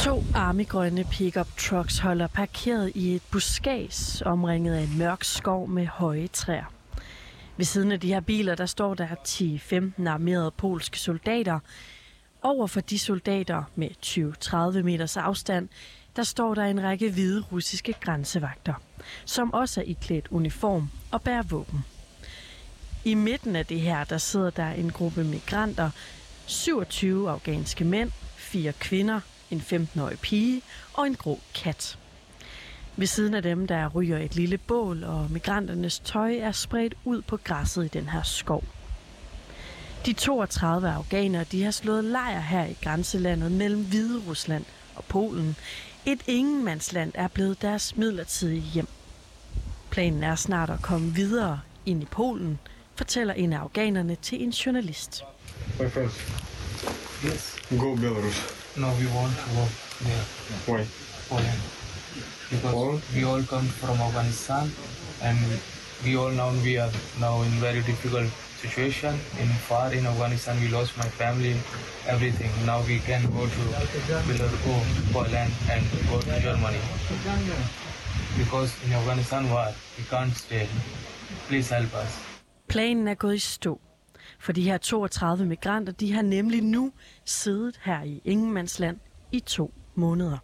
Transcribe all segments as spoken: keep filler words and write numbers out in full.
To armegrønne pickup trucks holder parkeret i et buskads, omringet af en mørk skov med høje træer. Ved siden af de her biler, der står der ti til femten armerede polske soldater. Over for de soldater med tyve til tredive meters afstand, der står der en række hvide russiske grænsevagter, som også er iklædt uniform og bærer våben. I midten af det her, der sidder der en gruppe migranter, syvogtyve afghanske mænd, fire kvinder, en femten-årig pige og en grå kat. Ved siden af dem, der ryger et lille bål, og migranternes tøj er spredt ud på græsset i den her skov. De toogtredive afghanere, de har slået lejr her i grænselandet mellem Hviderusland og Polen. Et ingenmandsland er blevet deres midlertidige hjem. Planen er snart at komme videre ind i Polen, fortæller en af afghanerne til en journalist. My friends, Yes. go Belarus. No, we want to go there. Why? Poland. Because Poland? we all come from Afghanistan, and we all know we are now in very difficult situation. In far in Afghanistan, we lost my family, everything. Now we can go to Belarus, Poland, and go to Germany. Because in Afghanistan war, we can't stay. Please help us. Planen er gået i stå. For de her toogtredive migranter, de har nemlig nu siddet her i ingenmandsland i to måneder.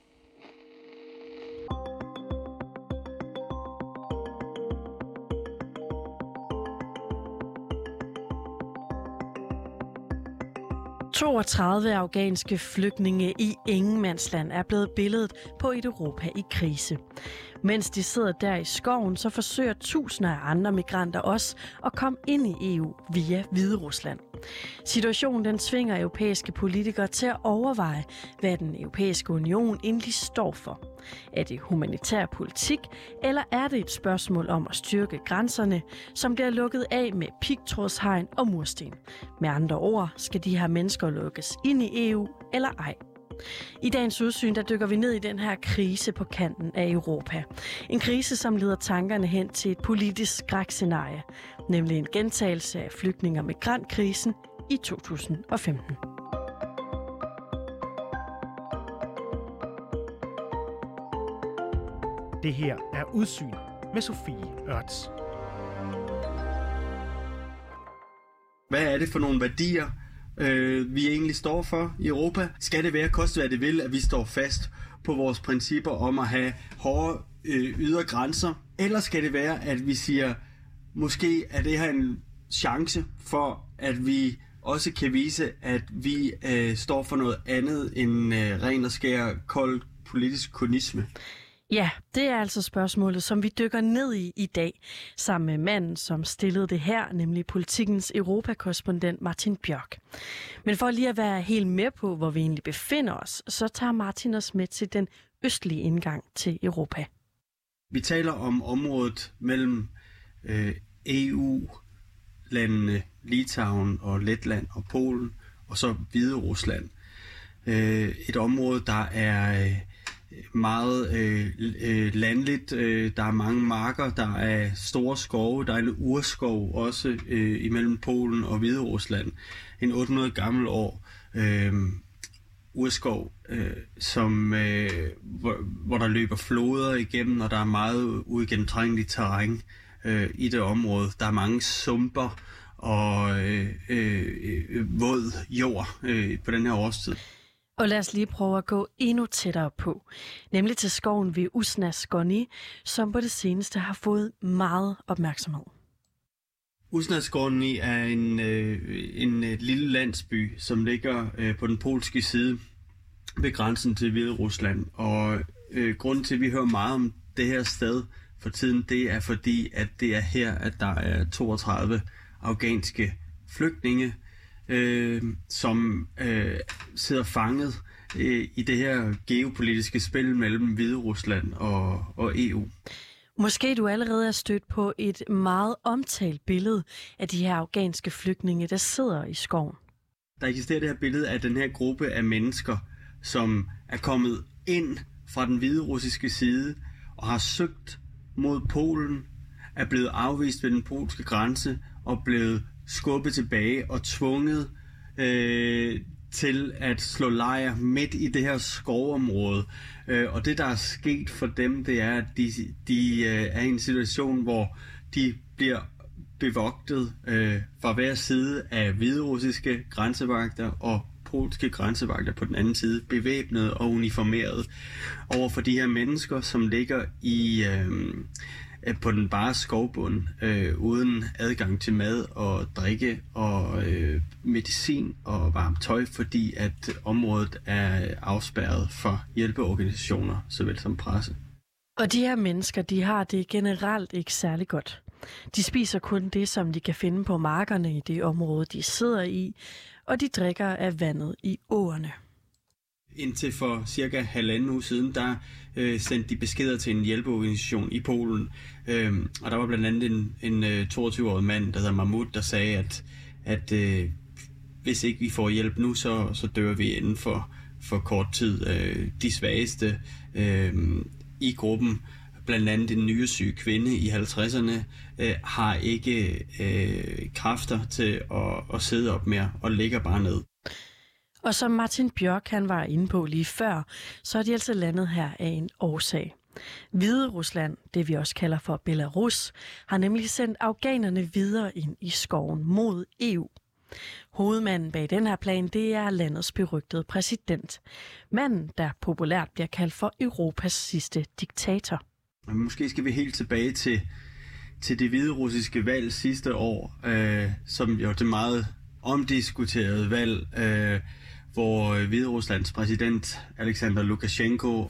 toogtredive afghanske flygtninge i ingenmandsland er blevet billedet på et Europa i krise. Mens de sidder der i skoven, så forsøger tusinder af andre migranter også at komme ind i E U via Hviderusland. Situationen den tvinger europæiske politikere til at overveje, hvad den europæiske union egentlig står for. Er det humanitær politik, eller er det et spørgsmål om at styrke grænserne, som bliver lukket af med pigtrådshegn og mursten? Med andre ord, skal de her mennesker lukkes ind i E U eller ej? I dagens udsyn, der dykker vi ned i den her krise på kanten af Europa. En krise, som leder tankerne hen til et politisk skrækscenarie, nemlig en gentagelse af flygtninge- og migrantkrisen i to tusind og femten. Det her er Udsyn med Sofie Ørts. Hvad er det for nogle værdier, øh, vi egentlig står for i Europa? Skal det være, koste hvad det vil, at vi står fast på vores principper om at have hårde øh, ydre grænser? Eller skal det være, at vi siger, måske er det her en chance for, at vi også kan vise, at vi øh, står for noget andet end øh, ren og skær kold politisk kommunisme? Ja, det er altså spørgsmålet, som vi dykker ned i i dag, sammen med manden, som stillede det her, nemlig Politikens europakorrespondent Martin Bjørk. Men for lige at være helt med på, hvor vi egentlig befinder os, så tager Martin os med til den østlige indgang til Europa. Vi taler om området mellem øh, E U-landene, Litauen og Letland og Polen, og så Hviderusland. Øh, et område, der er øh, meget øh, øh, landligt. Øh, der er mange marker, der er store skove, der er en urskov også øh, imellem Polen og Hviderusland. En otte hundrede gammel år øh, urskov, øh, som, øh, hvor, hvor der løber floder igennem, og der er meget uigennemtrængeligt terræn øh, i det område. Der er mange sumper og øh, øh, våd jord øh, på den her årstid. Og lad os lige prøve at gå endnu tættere på, nemlig til skoven ved Usnasgorny, som på det seneste har fået meget opmærksomhed. Usnasgorny er en, øh, en øh, lille landsby, som ligger øh, på den polske side ved grænsen til Hviderusland. Og øh, grunden til, at vi hører meget om det her sted for tiden, det er fordi, at det er her, at der er toogtredive afghanske flygtninge, Øh, som øh, sidder fanget øh, i det her geopolitiske spil mellem Hviderusland og, og E U. Måske du allerede er stødt på et meget omtalt billede af de her afghanske flygtninge, der sidder i skoven. Der eksisterer det her billede af den her gruppe af mennesker, som er kommet ind fra den hviderussiske side og har søgt mod Polen, er blevet afvist ved den polske grænse og blevet skubbet tilbage og tvunget øh, til at slå lejr midt i det her skovområde. Øh, og det, der er sket for dem, det er, at de, de øh, er i en situation, hvor de bliver bevogtet øh, fra hver side af hviderussiske grænsevagter og polske grænsevagter på den anden side, bevæbnet og uniformeret over for de her mennesker, som ligger i øh, på den bare skovbund, øh, uden adgang til mad og drikke og øh, medicin og varmt tøj, fordi at området er afspærret for hjælpeorganisationer, såvel som presse. Og de her mennesker, de har det generelt ikke særlig godt. De spiser kun det, som de kan finde på markerne i det område, de sidder i, og de drikker af vandet i åerne. Indtil for cirka halvanden uge siden, der øh, sendte de beskeder til en hjælpeorganisation i Polen. Øh, og der var blandt andet en, en øh, toogtyve-årig mand, der hedder Mahmoud, der sagde, at, at øh, hvis ikke vi får hjælp nu, så, så dør vi inden for, for kort tid. Øh, de svageste øh, i gruppen, blandt andet en nyresyg kvinde i halvtredserne, øh, har ikke øh, kræfter til at, at sidde op mere og ligger bare ned. Og som Martin Bjørk han var inde på lige før, så er de altså landet her af en årsag. Hvide Rusland, det vi også kalder for Belarus, har nemlig sendt afghanerne videre ind i skoven mod E U. Hovedmanden bag den her plan, det er landets berygtede præsident. Manden, der populært bliver kaldt for Europas sidste diktator. Måske skal vi helt tilbage til, til det hviderussiske valg sidste år, øh, som jo det meget omdiskuterede valg, øh, hvor Hvideruslands præsident Alexander Lukashenko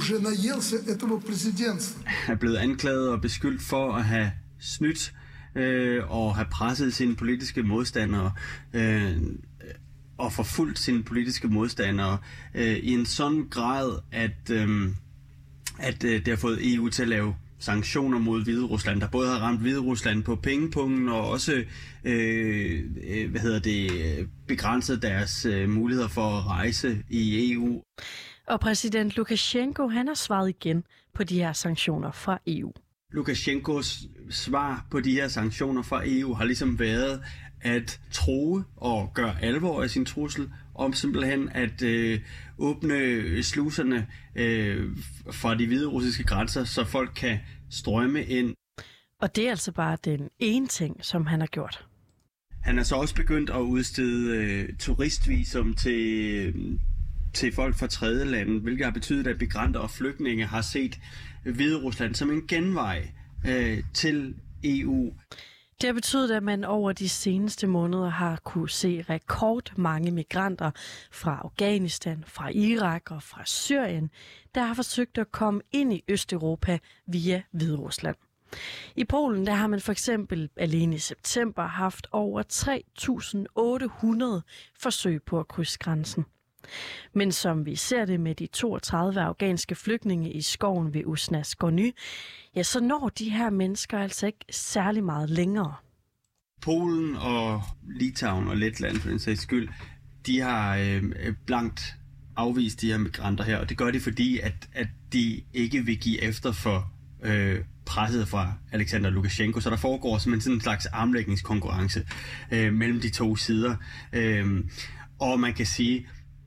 er blevet anklaget og beskyldt for at have snydt øh, og have presset sine politiske modstandere øh, og forfulgt sine politiske modstandere øh, i en sådan grad, at, øh, at øh, det har fået E U til at lave sanktioner mod Hviderusland, der både har ramt Hviderusland på pengepunkten og også øh, hvad hedder det, begrænset deres øh, muligheder for at rejse i E U. Og præsident Lukashenko, han har svaret igen på de her sanktioner fra E U. Lukashenkos svar på de her sanktioner fra E U har ligesom været at true og gøre alvor af sin trussel om simpelthen at øh, åbne sluserne øh, fra de hviderussiske grænser, så folk kan strømme ind. Og det er altså bare den ene ting, som han har gjort. Han har så også begyndt at udstede øh, turistvisum til, øh, til folk fra tredje lande, hvilket har betydet, at migranter og flygtninge har set Hviderusland som en genvej øh, til E U. Det har betydet, at man over de seneste måneder har kunne se rekordmange migranter fra Afghanistan, fra Irak og fra Syrien, der har forsøgt at komme ind i Østeuropa via Hviderusland. I Polen der har man for eksempel alene i september haft over tre tusind otte hundrede forsøg på at krydse grænsen. Men som vi ser det med de toogtredive afghanske flygtninge i skoven ved Usnas Gorny, ja, så når de her mennesker altså ikke særlig meget længere. Polen og Litauen og Letland for den sags skyld, de har øh, blankt afvist de her migranter her, og det gør de fordi, at, at de ikke vil give efter for øh, presset fra Alexander Lukashenko, så der foregår simpelthen sådan en slags armlægningskonkurrence øh, mellem de to sider. Øh, og man kan sige,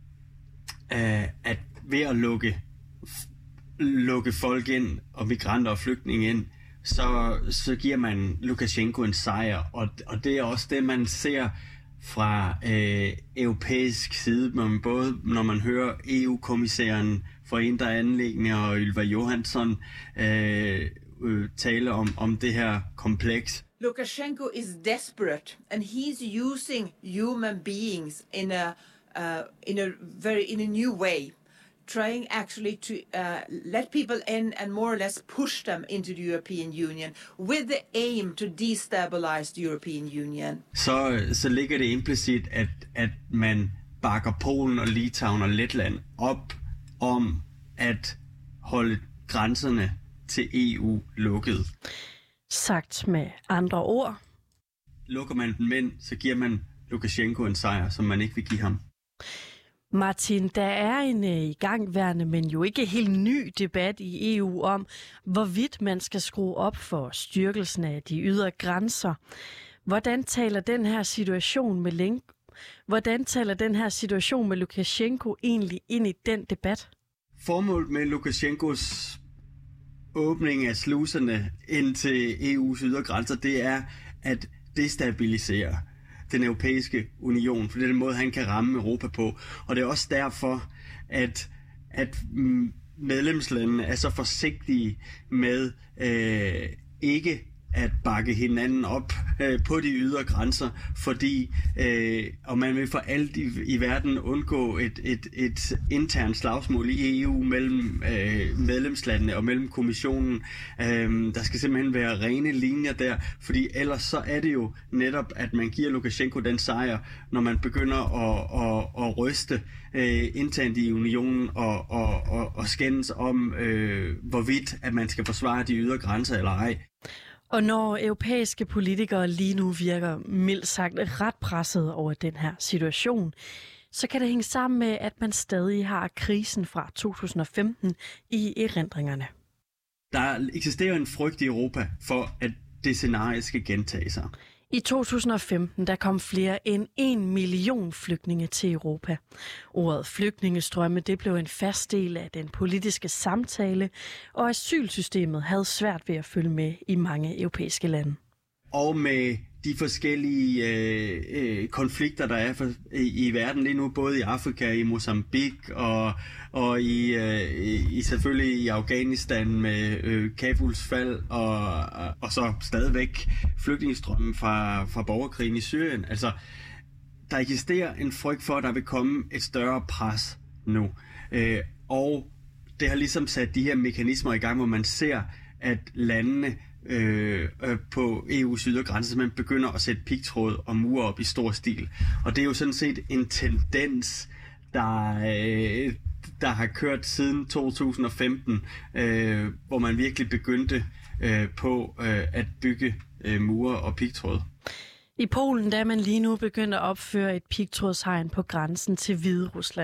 at ved at lukke, lukke folk ind, og migranter og flygtninge ind, så, så giver man Lukashenko en sejr. Og, og det er også det, man ser fra øh, europæisk side, men både når man hører E U-kommissæren for indre anliggender og Ylva Johansson øh, øh, tale om, om det her kompleks. Lukashenko is desperate, and he's using human beings in a Uh, in a very in a new way, trying actually to uh, let people in and more or less push them into the European Union with the aim to destabilize the European Union. Så, så ligger det implicit, at, at man bakker Polen og Litauen og Letland op om at holde grænserne til E U lukket. Sagt med andre ord. Lukker man dem ind, så giver man Lukashenko en sejr, som man ikke vil give ham. Martin, der er en øh, igangværende, men jo ikke helt ny debat i E U om, hvorvidt man skal skrue op for styrkelsen af de ydre grænser. Hvordan taler den her situation med, læng- Hvordan taler den her situation med Lukasjenko egentlig ind i den debat? Formålet med Lukasjenkos åbning af sluserne ind til E U's ydre grænser, det er at destabilisere den europæiske union, for det er den måde, han kan ramme Europa på. Og det er også derfor, at, at medlemslandene er så forsigtige med øh, ikke at bakke hinanden op øh, på de ydre grænser, fordi øh, og man vil for alt i, i verden undgå et, et, et internt slagsmål i E U mellem øh, medlemslandene og mellem kommissionen. Øh, der skal simpelthen være rene linjer der, fordi ellers så er det jo netop, at man giver Lukasjenko den sejr, når man begynder at, at, at ryste øh, internt i unionen og, og, og, og skændes om, øh, hvorvidt at man skal forsvare de ydre grænser eller ej. Og når europæiske politikere lige nu virker mildt sagt ret presset over den her situation, så kan det hænge sammen med, at man stadig har krisen fra to tusind og femten i erindringerne. Der eksisterer en frygt i Europa for, at det scenarie skal gentage sig. I to tusind og femten der kom flere end en million flygtninge til Europa. Ordet flygtningestrømme det blev en fast del af den politiske samtale, og asylsystemet havde svært ved at følge med i mange europæiske lande. Og med de forskellige øh, øh, konflikter, der er for, i, i verden lige nu, både i Afrika, i Mozambique og, og i, øh, i selvfølgelig i Afghanistan med øh, Kabuls fald og, og, og så stadigvæk flygtningestrømmen fra, fra borgerkrigen i Syrien. Altså, der eksisterer en frygt for, at der vil komme et større pres nu. Øh, og det har ligesom sat de her mekanismer i gang, hvor man ser, at landene Øh, øh, på E U's ydre grænse, man begynder at sætte pigtråd og mure op i stor stil. Og det er jo sådan set en tendens, der, øh, der har kørt siden to tusind og femten, øh, hvor man virkelig begyndte øh, på øh, at bygge øh, mure og pigtråd. I Polen der er man lige nu begyndt at opføre et pigtrådshegn på grænsen til Hviderusland.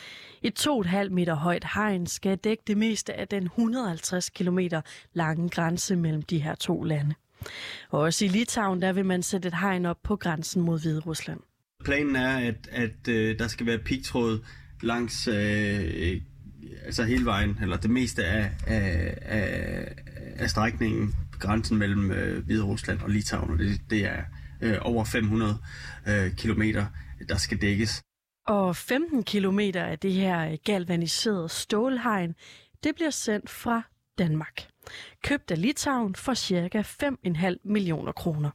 Et to komma fem meter højt hegn skal dække det meste af den et hundrede og halvtreds kilometer lange grænse mellem de her to lande. Og også i Litauen der vil man sætte et hegn op på grænsen mod Hviderusland. Planen er, at, at øh, der skal være pigtråd langs øh, altså hele vejen, eller det meste af, af, af, af strækningen på grænsen mellem øh, Hviderusland og Litauen. Og det, det er øh, over fem hundrede øh, kilometer, der skal dækkes. Og femten kilometer af det her galvaniserede stålhegn, det bliver sendt fra Danmark. Købt af Litauen for cirka fem komma fem millioner kroner.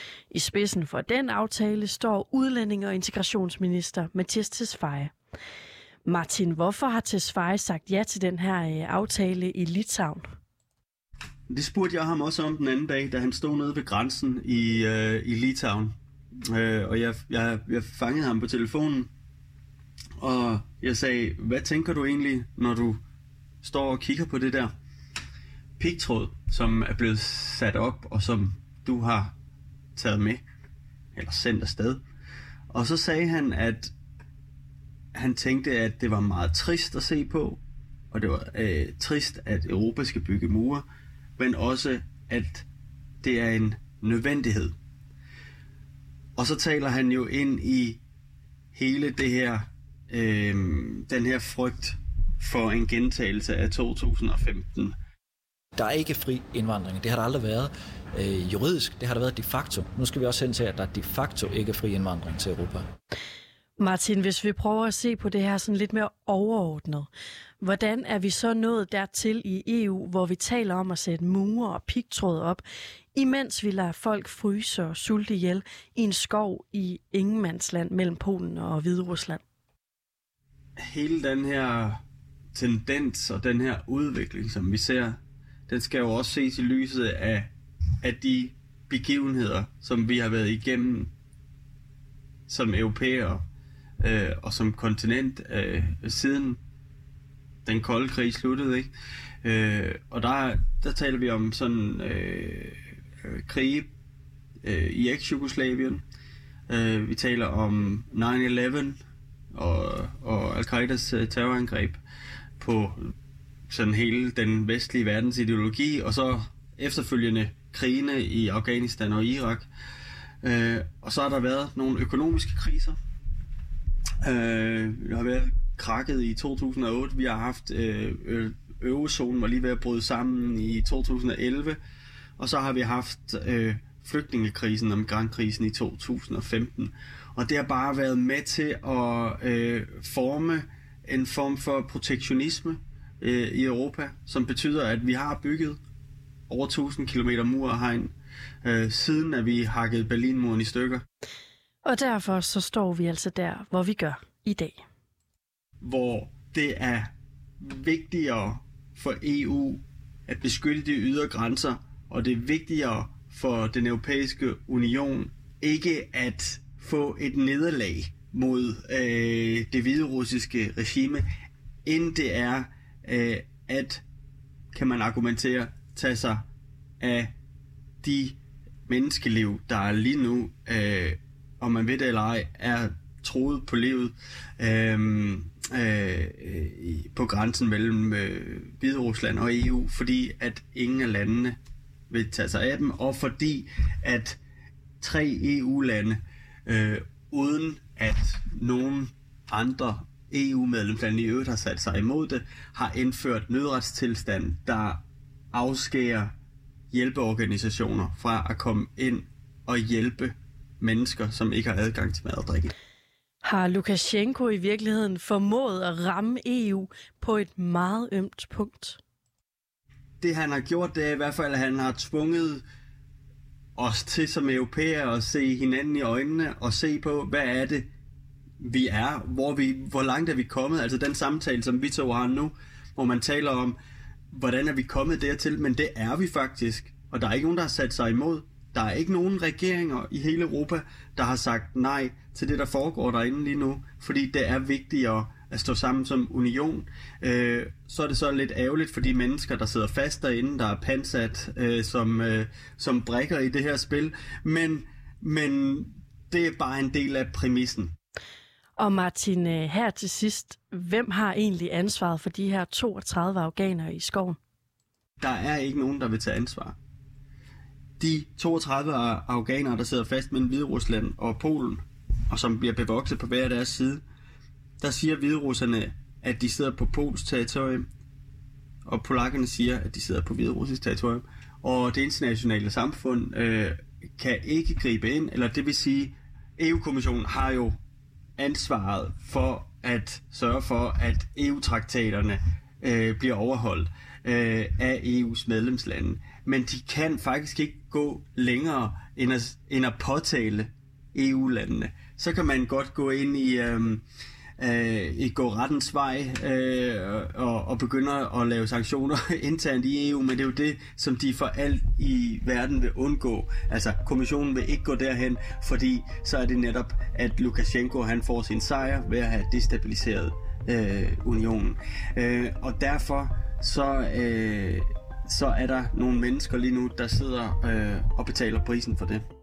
I spidsen for den aftale står udlænding- og integrationsminister Mattias Tesfaye. Martin, hvorfor har Tesfaye sagt ja til den her aftale i Litauen? Det spurgte jeg ham også om den anden dag, da han stod nede ved grænsen i, øh, i Litauen. Øh, og jeg, jeg, jeg fangede ham på telefonen. Og jeg sagde, hvad tænker du egentlig, når du står og kigger på det der pigtråd, som er blevet sat op, og som du har taget med, eller sendt afsted? Og så sagde han, at han tænkte, at det var meget trist at se på, og det var øh, trist, at Europa skal bygge mure, men også, at det er en nødvendighed. Og så taler han jo ind i hele det her Øhm, den her frygt for en gentagelse af to tusind og femten. Der er ikke fri indvandring. Det har der aldrig været øh, juridisk. Det har der været de facto. Nu skal vi også hen til, at der de facto ikke er fri indvandring til Europa. Martin, hvis vi prøver at se på det her sådan lidt mere overordnet. Hvordan er vi så nået dertil i E U, hvor vi taler om at sætte mure og pigtråd op, imens vi lader folk fryse og sulte ihjel i en skov i ingenmandsland mellem Polen og Hviderusland? Hele den her tendens og den her udvikling, som vi ser, den skal jo også ses i lyset af, af de begivenheder, som vi har været igennem som europæere øh, og som kontinent øh, siden den kolde krig sluttede, ikke? Øh, og der, der taler vi om sådan øh, krige øh, i eks-Jugoslavien. Øh, vi taler om nine eleven og, og Al-Qaidas terrorangreb på sådan hele den vestlige verdens ideologi, og så efterfølgende krigene i Afghanistan og Irak. Øh, og så har der været nogle økonomiske kriser Øh, det har været krakket i to tusind og otte. Vi har haft øh, eurozonen var lige ved at bryde sammen i to tusind og elleve. Og så har vi haft øh, flygtningekrisen og migrantkrisen i to tusind og femten. Og det har bare været med til at øh, forme en form for protektionisme øh, i Europa, som betyder, at vi har bygget over tusind kilometer mur og hegn, øh, siden at vi hakkede Berlinmuren i stykker. Og derfor så står vi altså der, hvor vi gør i dag. Hvor det er vigtigere for E U at beskytte de ydre grænser, og det er vigtigere for den europæiske union ikke at få et nederlag mod øh, det hviderussiske regime, end det er øh, at, kan man argumentere, tage sig af de menneskeliv, der lige nu, øh, om man ved det eller ej, er truet på livet øh, øh, på grænsen mellem øh, Hviderusland og E U, fordi at ingen af landene vil tage sig af dem, og fordi at tre E U-lande, øh, uden at nogen andre E U-medlemslande i øvrigt har sat sig imod det, har indført nødretstilstand, der afskærer hjælpeorganisationer fra at komme ind og hjælpe mennesker, som ikke har adgang til mad og drikke. Har Lukasjenko i virkeligheden formået at ramme E U på et meget ømt punkt? Det han har gjort, det er i hvert fald, at han har tvunget os til som europæere at se hinanden i øjnene og se på, hvad er det, vi er, hvor, vi, hvor langt er vi kommet. Altså den samtale, som vi to har nu, hvor man taler om, hvordan er vi kommet dertil, men det er vi faktisk. Og der er ikke nogen, der har sat sig imod. Der er ikke nogen regeringer i hele Europa, der har sagt nej til det, der foregår derinde lige nu, fordi det er vigtigere at stå sammen som union. Øh, så er det så lidt ærgerligt for de mennesker, der sidder fast derinde, der er pansat øh, som, øh, som brikker i det her spil, men, men det er bare en del af præmissen. Og Martin, her til sidst, hvem har egentlig ansvaret for de her toogtredive afghanere i skoven? Der er ikke nogen, der vil tage ansvar. De toogtredive afghanere, der sidder fast mellem Hviderusland og Polen, og som bliver bevokset på hver deres side, der siger hviderusserne, at de sidder på polsk territorium, og polakkerne siger, at de sidder på hviderussisk territorium. Og det internationale samfund øh, kan ikke gribe ind, eller det vil sige, E U-kommissionen har jo ansvaret for at sørge for, at E U-traktaterne øh, bliver overholdt øh, af E U's medlemslande. Men de kan faktisk ikke gå længere end at, end at påtale E U-landene. Så kan man godt gå ind i, øh, øh, i gå rettens vej øh, og, og begynde at lave sanktioner internt i E U, men det er jo det, som de for alt i verden vil undgå. Altså, kommissionen vil ikke gå derhen, fordi så er det netop, at Lukasjenko han får sin sejr ved at have destabiliseret øh, unionen. Øh, og derfor så, øh, så er der nogle mennesker lige nu, der sidder øh, og betaler prisen for det.